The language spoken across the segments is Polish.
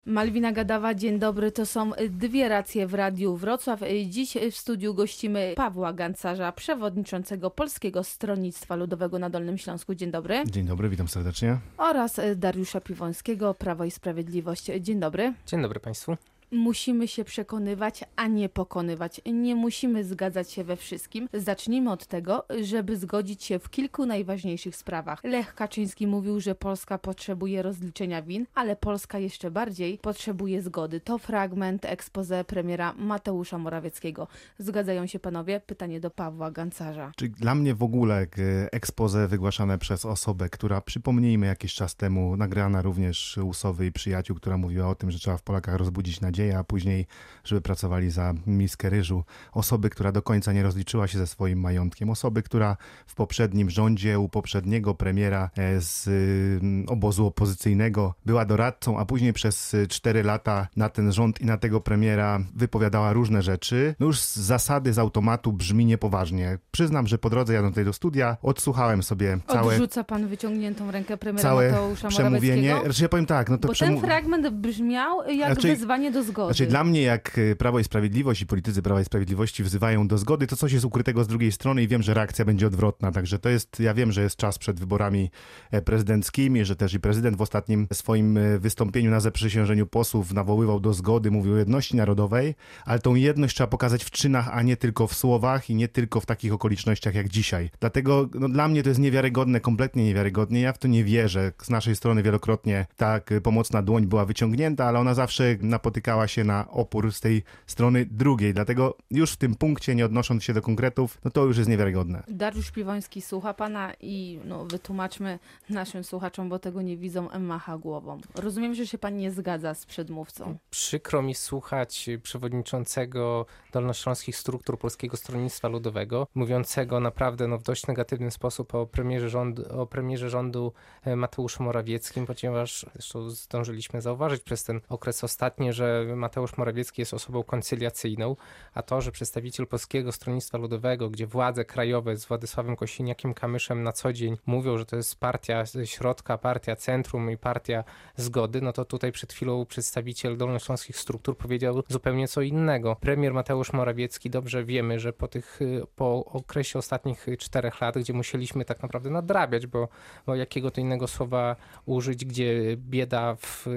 Malwina Gadawa, dzień dobry. To są dwie racje w Radiu Wrocław. Dziś w studiu gościmy Pawła Gancarza, przewodniczącego Polskiego Stronnictwa Ludowego na Dolnym Śląsku. Dzień dobry. Dzień dobry, witam serdecznie. Oraz Dariusza Piwońskiego, Prawo i Sprawiedliwość. Dzień dobry. Dzień dobry Państwu. Musimy się przekonywać, a nie pokonywać. Nie musimy zgadzać się we wszystkim. Zacznijmy od tego, żeby zgodzić się w kilku najważniejszych sprawach. Lech Kaczyński mówił, że Polska potrzebuje rozliczenia win, ale Polska jeszcze bardziej potrzebuje zgody. To fragment expose premiera Mateusza Morawieckiego. Zgadzają się panowie? Pytanie do Pawła Gancarza. Czyli dla mnie w ogóle expose wygłaszane przez osobę, która, przypomnijmy, jakiś czas temu nagrana również u Sowy i Przyjaciół, która mówiła o tym, że trzeba w Polakach rozbudzić nadzieję, a później, żeby pracowali za miskę ryżu. Osoby, która do końca nie rozliczyła się ze swoim majątkiem. Osoby, która w poprzednim rządzie u poprzedniego premiera z obozu opozycyjnego była doradcą, a później przez 4 lata na ten rząd i na tego premiera wypowiadała różne rzeczy. No już z zasady, z automatu brzmi niepoważnie. Przyznam, że po drodze jadąc tutaj do studia odsłuchałem sobie całe... Odrzuca pan wyciągniętą rękę premiera całe Mateusza przemówienie. Morawieckiego? Znaczy ja powiem tak, no to bo ten fragment brzmiał jak wezwanie do zgody. Znaczy dla mnie, jak Prawo i Sprawiedliwość i politycy Prawa i Sprawiedliwości wzywają do zgody, to coś jest ukrytego z drugiej strony i wiem, że reakcja będzie odwrotna. Także to jest, ja wiem, że jest czas przed wyborami prezydenckimi, że też i prezydent w ostatnim swoim wystąpieniu na zaprzysiężeniu posłów nawoływał do zgody, mówił o jedności narodowej, ale tą jedność trzeba pokazać w czynach, a nie tylko w słowach i nie tylko w takich okolicznościach jak dzisiaj. Dlatego dla mnie to jest niewiarygodne, kompletnie niewiarygodne. Ja w to nie wierzę. Z naszej strony wielokrotnie tak pomocna dłoń była wyciągnięta, ale ona zawsze napotykała się na opór z tej strony drugiej. Dlatego już w tym punkcie, nie odnosząc się do konkretów, no to już jest niewiarygodne. Dariusz Piwoński słucha pana i wytłumaczmy naszym słuchaczom, bo tego nie widzą, macha głową. Rozumiem, że się pan nie zgadza z przedmówcą. Przykro mi słuchać przewodniczącego Dolnośląskich Struktur Polskiego Stronnictwa Ludowego, mówiącego naprawdę w dość negatywny sposób o premierze rządu Mateuszu Morawieckim, ponieważ zresztą zdążyliśmy zauważyć przez ten okres ostatni, że Mateusz Morawiecki jest osobą koncyliacyjną, a to, że przedstawiciel Polskiego Stronnictwa Ludowego, gdzie władze krajowe z Władysławem Kosiniakiem-Kamyszem na co dzień mówią, że to jest partia środka, partia centrum i partia zgody, no to tutaj przed chwilą przedstawiciel Dolnośląskich Struktur powiedział zupełnie co innego. Premier Mateusz Morawiecki, dobrze wiemy, że po okresie ostatnich 4 lat, gdzie musieliśmy tak naprawdę nadrabiać, bo jakiego to innego słowa użyć, gdzie bieda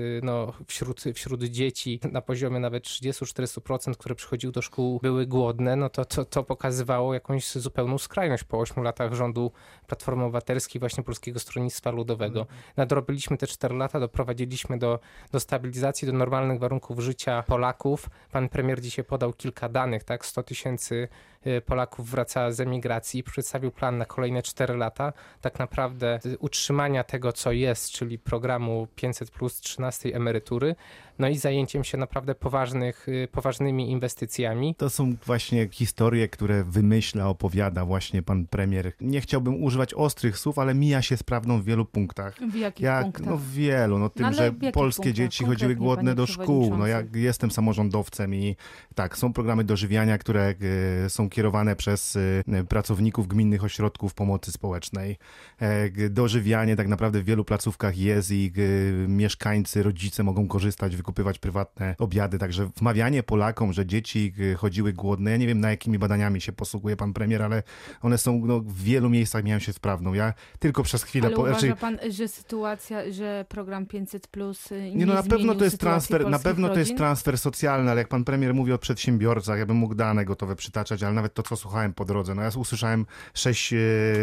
wśród dzieci na poziomie nawet 30-40%, które przychodziły do szkół, były głodne, no to pokazywało jakąś zupełną skrajność po 8 latach rządu Platformy Obywatelskiej, właśnie Polskiego Stronnictwa Ludowego. Nadrobiliśmy te 4 lata, doprowadziliśmy do stabilizacji, do normalnych warunków życia Polaków. Pan premier dzisiaj podał kilka danych, tak? 100 000 Polaków wraca z emigracji, przedstawił plan na kolejne 4 lata, tak naprawdę utrzymania tego, co jest, czyli programu 500+, 13 emerytury, no i zajęciem się naprawdę poważnymi inwestycjami. To są właśnie historie, które wymyśla, opowiada właśnie pan premier. Nie chciałbym używać ostrych słów, ale mija się z prawdą w wielu punktach. W jakich punktach? No w wielu. Tym, że polskie dzieci chodziły głodne do szkół. No ja jestem samorządowcem i tak, są programy dożywiania, które są kierowane przez pracowników gminnych ośrodków pomocy społecznej. Dożywianie tak naprawdę w wielu placówkach jest i mieszkańcy, rodzice mogą korzystać, wykupywać prywatne obiady. Także wmawianie Polakom, że dzieci chodziły głodne, ja nie wiem, na jakimi badaniami się posługuje pan premier, ale one są w wielu miejscach mijają się z prawdą. Ja tylko przez chwilę... Ale uważa pan, że sytuacja, że program 500+ nie na pewno to jest transfer, na pewno rodzin? To jest transfer socjalny, ale jak pan premier mówi o przedsiębiorcach, ja bym mógł dane gotowe przytaczać, ale nawet to, co słuchałem po drodze. No ja usłyszałem 6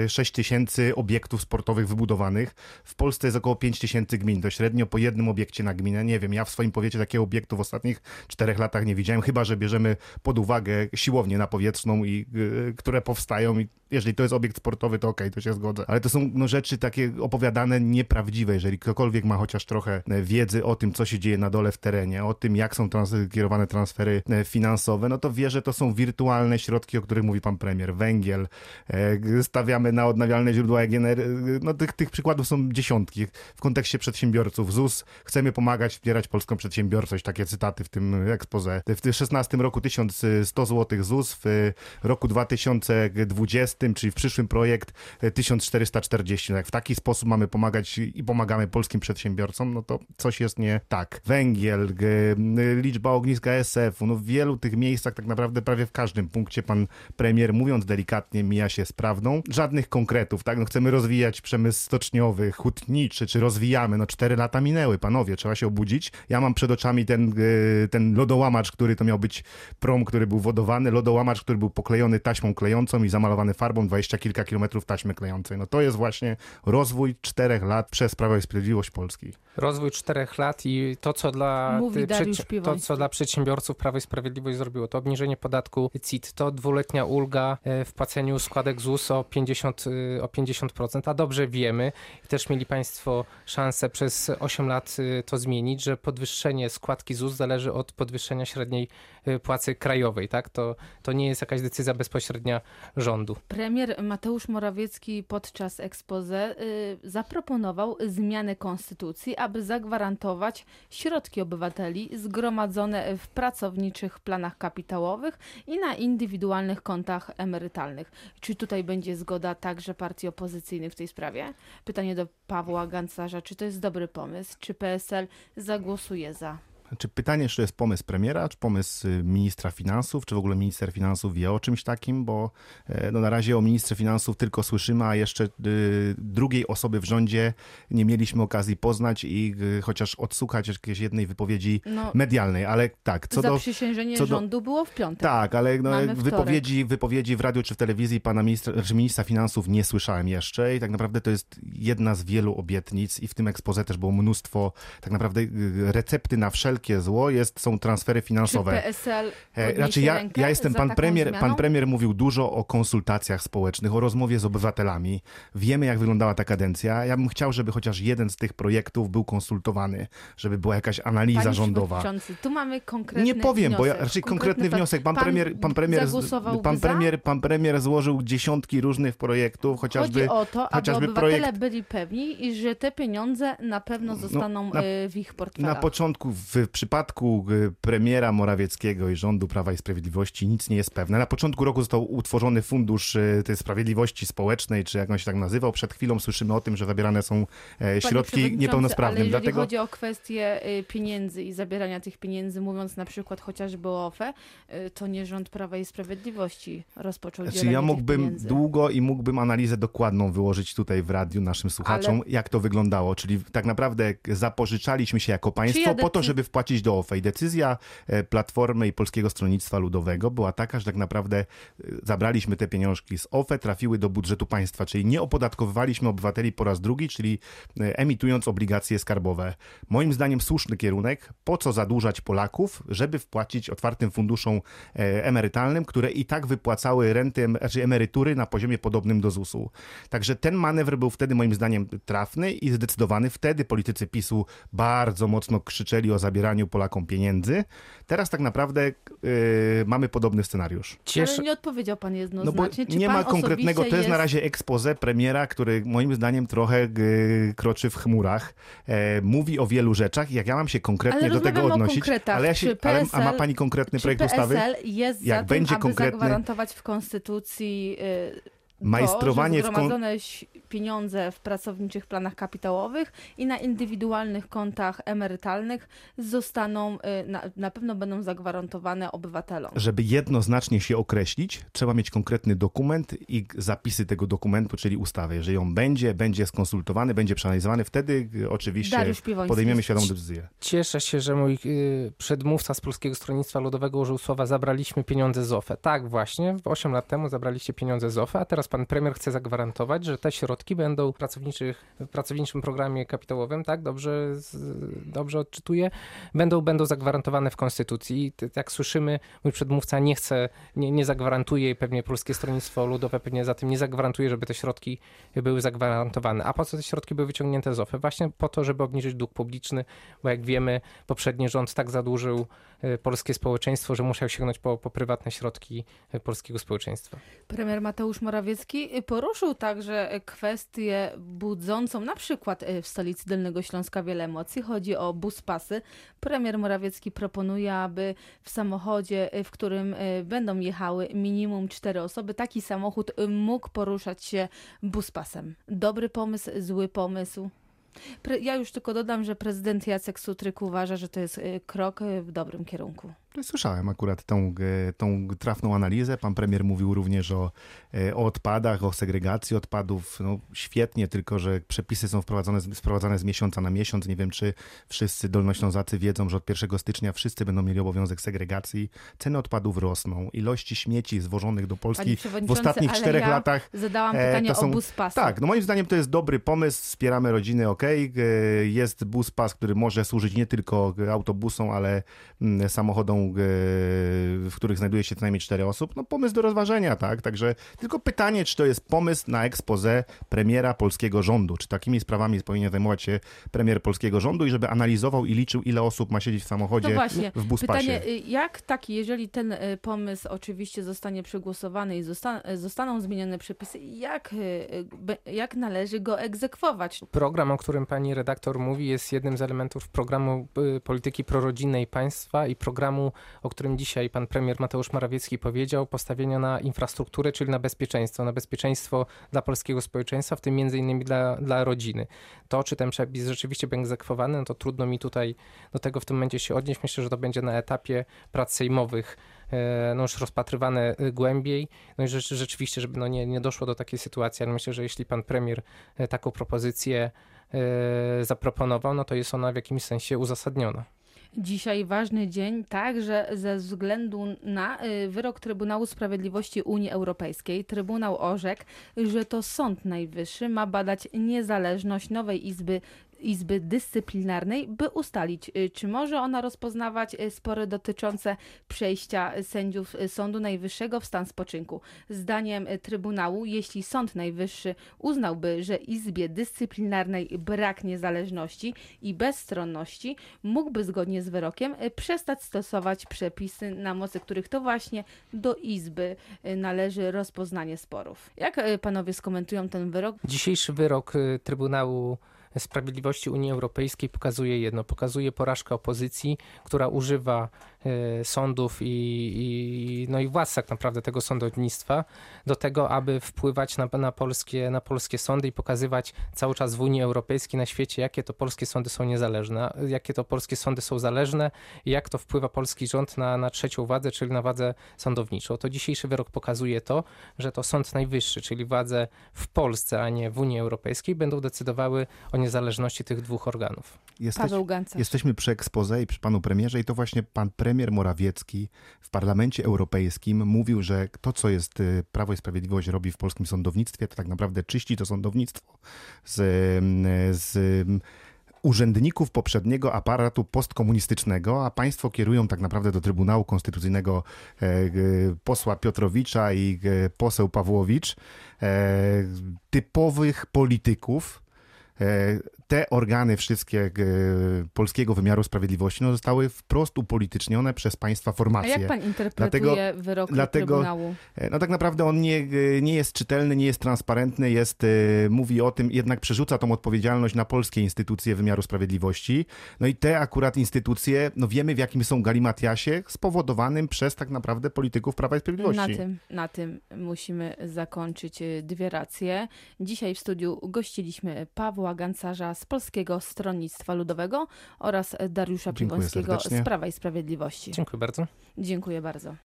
000 obiektów sportowych wybudowanych. W Polsce jest około 5 000 gmin. To średnio po jednym obiekcie na gminę. Nie wiem, ja w swoim powiecie takiego obiektu w ostatnich 4 latach nie widziałem, chyba że bierzemy pod uwagę siłownię napowietrzną, które powstają i jeżeli to jest obiekt sportowy, to okej, to się zgodzę. Ale to są rzeczy takie opowiadane nieprawdziwe. Jeżeli ktokolwiek ma chociaż trochę wiedzy o tym, co się dzieje na dole w terenie, o tym, jak są kierowane transfery finansowe, no to wie, że to są wirtualne środki, o których mówi pan premier. Węgiel, stawiamy na odnawialne źródła energii. No tych przykładów są dziesiątki. W kontekście przedsiębiorców, ZUS, chcemy pomagać, wspierać polską przedsiębiorczość. Takie cytaty w tym expose. W 2016 roku 1100 zł ZUS, w roku 2020 tym, czyli w przyszłym projekt 1440. No jak w taki sposób mamy pomagać i pomagamy polskim przedsiębiorcom, no to coś jest nie tak. Węgiel, liczba ognisk ASF-u, no w wielu tych miejscach tak naprawdę prawie w każdym punkcie pan premier, mówiąc delikatnie, mija się z prawdą. Żadnych konkretów, tak? No chcemy rozwijać przemysł stoczniowy, hutniczy, czy rozwijamy. No 4 lata minęły, panowie, trzeba się obudzić. Ja mam przed oczami ten lodołamacz, który to miał być prom, który był wodowany, lodołamacz, który był poklejony taśmą klejącą i zamalowany farbą, 20 kilka kilometrów taśmy klejącej. No to jest właśnie rozwój 4 lat przez Prawo i Sprawiedliwość Polski. Rozwój 4 lat i to, co dla przedsiębiorców Prawo i Sprawiedliwość zrobiło, to obniżenie podatku CIT, to 2-letnia ulga w płaceniu składek ZUS o 50%, a dobrze wiemy, i też mieli państwo szansę przez 8 lat to zmienić, że podwyższenie składki ZUS zależy od podwyższenia średniej płacy krajowej, tak? To nie jest jakaś decyzja bezpośrednia rządu. Premier Mateusz Morawiecki podczas expose zaproponował zmianę konstytucji, aby zagwarantować środki obywateli zgromadzone w pracowniczych planach kapitałowych i na indywidualnych kontach emerytalnych. Czy tutaj będzie zgoda także partii opozycyjnych w tej sprawie? Pytanie do Pawła Gancarza, czy to jest dobry pomysł? Czy PSL zagłosuje za? Czy pytanie, czy to jest pomysł premiera, czy pomysł ministra finansów, czy w ogóle minister finansów wie o czymś takim, bo no na razie o ministrze finansów tylko słyszymy, a jeszcze drugiej osoby w rządzie nie mieliśmy okazji poznać i chociaż odsłuchać jakieś jednej wypowiedzi medialnej, ale tak. Zaprzysiężenie rządu było w piątek. Tak, ale wypowiedzi w radiu czy w telewizji pana ministra finansów nie słyszałem jeszcze i tak naprawdę to jest jedna z wielu obietnic i w tym exposé też było mnóstwo tak naprawdę recepty na wszelkie zło są transfery finansowe. Czy PSL Znaczy ja jestem pan premier mówił dużo o konsultacjach społecznych, o rozmowie z obywatelami. Wiemy, jak wyglądała ta kadencja. Ja bym chciał, żeby chociaż jeden z tych projektów był konsultowany, żeby była jakaś analiza rządowa. Tu mamy konkretny Nie powiem, wniosek. bo raczej konkretny wniosek. Pan premier złożył dziesiątki różnych projektów, chociażby chodzi o to, aby obywatele byli byli pewni, że te pieniądze na pewno zostaną w ich portfelach. Na początku, w przypadku premiera Morawieckiego i rządu Prawa i Sprawiedliwości nic nie jest pewne. Na początku roku został utworzony Fundusz tej Sprawiedliwości Społecznej, czy jak on się tak nazywał. Przed chwilą słyszymy o tym, że zabierane są środki niepełnosprawnym. Ale jeżeli chodzi o kwestię pieniędzy i zabierania tych pieniędzy, mówiąc na przykład chociażby o OFE, to nie rząd Prawa i Sprawiedliwości rozpoczął dzielenie ja mógłbym tych pieniędzy. długo i mógłbym analizę dokładną wyłożyć tutaj w radiu naszym słuchaczom, jak to wyglądało. Czyli tak naprawdę zapożyczaliśmy się jako państwo po to, żeby wpłacić do OFE. I decyzja Platformy i Polskiego Stronnictwa Ludowego była taka, że tak naprawdę zabraliśmy te pieniążki z OFE, trafiły do budżetu państwa, czyli nie opodatkowywaliśmy obywateli po raz drugi, czyli emitując obligacje skarbowe. Moim zdaniem słuszny kierunek, po co zadłużać Polaków, żeby wpłacić otwartym funduszom emerytalnym, które i tak wypłacały renty, znaczy emerytury na poziomie podobnym do ZUS-u. Także ten manewr był wtedy moim zdaniem trafny i zdecydowany. Wtedy politycy PiS-u bardzo mocno krzyczeli o zabieraniu Polakom pieniędzy. Teraz tak naprawdę mamy podobny scenariusz. Ale nie odpowiedział pan jednoznacznie. Czy nie ma konkretnego, to jest na razie expose premiera, który moim zdaniem trochę kroczy w chmurach. Mówi o wielu rzeczach i jak ja mam się konkretnie do tego odnosić, a ma pani konkretny projekt ustawy? PSL jest jak za będzie tym, aby konkretny, zagwarantować w konstytucji majstrowanie że zgromadzone pieniądze w pracowniczych planach kapitałowych i na indywidualnych kontach emerytalnych zostaną, na pewno będą zagwarantowane obywatelom. Żeby jednoznacznie się określić, trzeba mieć konkretny dokument i zapisy tego dokumentu, czyli ustawy. Jeżeli on będzie skonsultowany, będzie przeanalizowany, wtedy oczywiście podejmiemy świadomą decyzję. Cieszę się, że mój przedmówca z Polskiego Stronnictwa Ludowego użył słowa zabraliśmy pieniądze z OFE. Tak, właśnie, 8 lat temu zabraliście pieniądze z OFE, a teraz pan premier chce zagwarantować, że te środki będą w pracowniczym programie kapitałowym, tak, dobrze odczytuję, będą zagwarantowane w Konstytucji. I jak słyszymy, mój przedmówca nie zagwarantuje, pewnie Polskie Stronnictwo Ludowe pewnie za tym nie zagwarantuje, żeby te środki były zagwarantowane. A po co te środki były wyciągnięte z OFE? Właśnie po to, żeby obniżyć dług publiczny, bo jak wiemy, poprzedni rząd tak zadłużył polskie społeczeństwo, że musiał sięgnąć po prywatne środki polskiego społeczeństwa. Premier Mateusz Morawiecki Morawiecki poruszył także kwestię budzącą na przykład w stolicy Dolnego Śląska wiele emocji. Chodzi o buspasy. Premier Morawiecki proponuje, aby w samochodzie, w którym będą jechały minimum 4 osoby, taki samochód mógł poruszać się buspasem. Dobry pomysł, zły pomysł? Ja już tylko dodam, że prezydent Jacek Sutryk uważa, że to jest krok w dobrym kierunku. Słyszałem akurat tą trafną analizę. Pan premier mówił również o odpadach, o segregacji odpadów. No, świetnie, tylko że przepisy są wprowadzane z miesiąca na miesiąc. Nie wiem, czy wszyscy dolnoślązacy wiedzą, że od 1 stycznia wszyscy będą mieli obowiązek segregacji. Ceny odpadów rosną. Ilości śmieci zwożonych do Polski w ostatnich 4 latach. Zadałam pytanie o buspasy. Tak, no moim zdaniem to jest dobry pomysł. Wspieramy rodziny, okej. Jest buspas, który może służyć nie tylko autobusom, ale samochodom, w których znajduje się co najmniej 4 osób, no pomysł do rozważenia, tak? Także tylko pytanie, czy to jest pomysł na expose premiera polskiego rządu, czy takimi sprawami powinien zajmować się premier polskiego rządu i żeby analizował i liczył, ile osób ma siedzieć w samochodzie, no właśnie, w buspasie. Pytanie, jeżeli ten pomysł oczywiście zostanie przegłosowany i zostaną zmienione przepisy, jak należy go egzekwować? Program, o którym pani redaktor mówi, jest jednym z elementów programu polityki prorodzinnej państwa i programu, o którym dzisiaj pan premier Mateusz Morawiecki powiedział, postawienia na infrastrukturę, czyli na bezpieczeństwo dla polskiego społeczeństwa, w tym między innymi dla rodziny. To, czy ten przepis rzeczywiście będzie egzekwowany, no to trudno mi tutaj do tego w tym momencie się odnieść. Myślę, że to będzie na etapie prac sejmowych już rozpatrywane głębiej. No i rzeczywiście, żeby nie doszło do takiej sytuacji, ale myślę, że jeśli pan premier taką propozycję zaproponował, no to jest ona w jakimś sensie uzasadniona. Dzisiaj ważny dzień także ze względu na wyrok Trybunału Sprawiedliwości Unii Europejskiej. Trybunał orzekł, że to Sąd Najwyższy ma badać niezależność nowej Izby Dyscyplinarnej, by ustalić, czy może ona rozpoznawać spory dotyczące przejścia sędziów Sądu Najwyższego w stan spoczynku. Zdaniem Trybunału, jeśli Sąd Najwyższy uznałby, że Izbie Dyscyplinarnej brak niezależności i bezstronności, mógłby zgodnie z wyrokiem przestać stosować przepisy, na mocy których to właśnie do Izby należy rozpoznanie sporów. Jak panowie skomentują ten wyrok? Dzisiejszy wyrok Trybunału Sprawiedliwości Unii Europejskiej pokazuje porażkę opozycji, która używa sądów i władz tak naprawdę tego sądownictwa do tego, aby wpływać na polskie sądy i pokazywać cały czas w Unii Europejskiej, na świecie, jakie to polskie sądy są niezależne, jakie to polskie sądy są zależne i jak to wpływa polski rząd na trzecią władzę, czyli na władzę sądowniczą. To dzisiejszy wyrok pokazuje to, że to Sąd Najwyższy, czyli władze w Polsce, a nie w Unii Europejskiej, będą decydowały o niezależności tych dwóch organów. Paweł Gancarz. Jesteśmy przy exposé i przy panu premierze i to właśnie pan premier Morawiecki w Parlamencie Europejskim mówił, że to, co jest Prawo i Sprawiedliwość robi w polskim sądownictwie, to tak naprawdę czyści to sądownictwo z urzędników poprzedniego aparatu postkomunistycznego, a państwo kierują tak naprawdę do Trybunału Konstytucyjnego posła Piotrowicza i poseł Pawłowicz, typowych polityków. Te organy wszystkie polskiego wymiaru sprawiedliwości zostały wprost upolitycznione przez państwa formacje. A jak pan interpretuje wyrok Trybunału? No tak naprawdę on nie jest czytelny, nie jest transparentny, mówi o tym, jednak przerzuca tą odpowiedzialność na polskie instytucje wymiaru sprawiedliwości. No i te akurat instytucje, wiemy w jakim są galimatiasie, spowodowanym przez tak naprawdę polityków Prawa i Sprawiedliwości. Na tym musimy zakończyć 2 racje. Dzisiaj w studiu gościliśmy Pawła Gancarza z Polskiego Stronnictwa Ludowego oraz Dariusza Piwońskiego z Prawa i Sprawiedliwości. Dziękuję bardzo. Dziękuję bardzo.